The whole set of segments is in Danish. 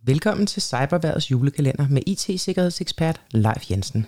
Velkommen til Cyberværdets julekalender med IT-sikkerhedsekspert Leif Jensen.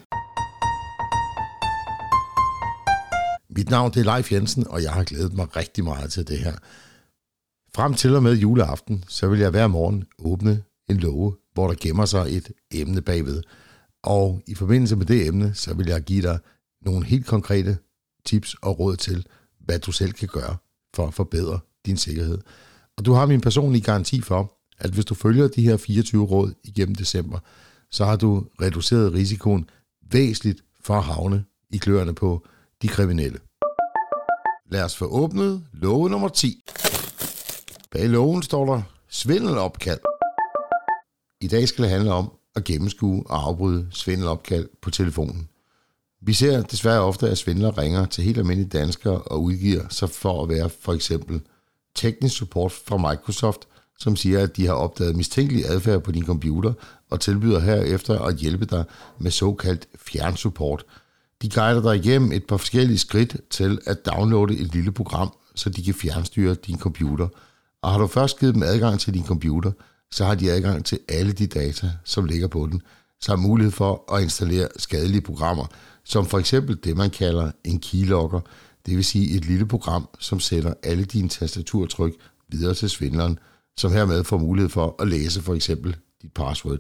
Mit navn er Leif Jensen, og jeg har glædet mig rigtig meget til det her. Frem til og med juleaften, så vil jeg hver morgen åbne en låge, hvor der gemmer sig et emne bagved. Og i forbindelse med det emne, så vil jeg give dig nogle helt konkrete tips og råd til, hvad du selv kan gøre for at forbedre din sikkerhed. Og du har min personlige garanti for, at hvis du følger de her 24 råd igennem december, så har du reduceret risikoen væsentligt for at havne i kløerne på de kriminelle. Lad os få åbnet låge nummer 10. Bag lågen står der svindelopkald. I dag skal det handle om at gennemskue og afbryde svindelopkald på telefonen. Vi ser desværre ofte, at svindlere ringer til helt almindelige danskere og udgiver sig for at være for eksempel teknisk support fra Microsoft, som siger, at de har opdaget mistænkelig adfærd på din computer og tilbyder herefter at hjælpe dig med såkaldt fjernsupport. De guider dig igennem et par forskellige skridt til at downloade et lille program, så de kan fjernstyre din computer. Og har du først givet dem adgang til din computer, så har de adgang til alle de data, som ligger på den, samt mulighed for at installere skadelige programmer, som for eksempel det, man kalder en keylogger, det vil sige et lille program, som sætter alle dine tastaturtryk videre til svindleren, som hermed får mulighed for at læse for eksempel dit password.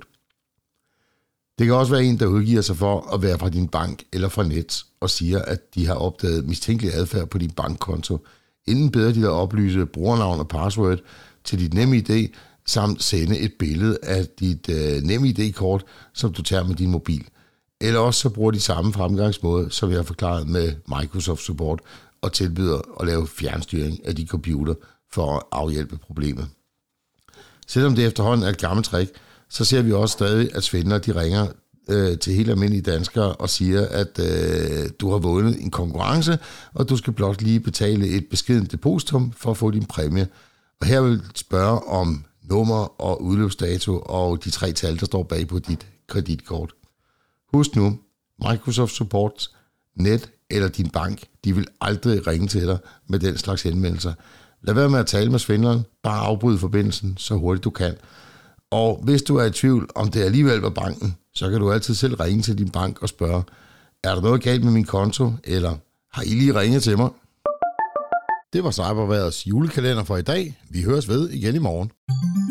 Det kan også være en, der udgiver sig for at være fra din bank eller fra Nets og siger, at de har opdaget mistænkelig adfærd på din bankkonto. Inden beder de dig oplyse brugernavn og password til dit NemID, samt sende et billede af dit NemID-kort, som du tager med din mobil. Eller også så bruger de samme fremgangsmåde, som jeg har forklaret med Microsoft Support, og tilbyder at lave fjernstyring af de computer for at afhjælpe problemet. Selvom det efterhånden er et gammelt trick, så ser vi også stadig, at svindlere de ringer til helt almindelige danskere og siger, at du har vundet en konkurrence, og du skal blot lige betale et beskedent depositum for at få din præmie. Og her vil jeg spørge om nummer og udløbsdato og de 3 tal, der står bag på dit kreditkort. Husk nu, Microsoft Support, Net eller din bank, de vil aldrig ringe til dig med den slags henvendelser. Lad være med at tale med svindleren, bare afbryde forbindelsen så hurtigt du kan. Og hvis du er i tvivl, om det alligevel var banken, så kan du altid selv ringe til din bank og spørge, er der noget galt med min konto, eller har I lige ringet til mig? Det var Cyberværdets julekalender for i dag. Vi høres ved igen i morgen.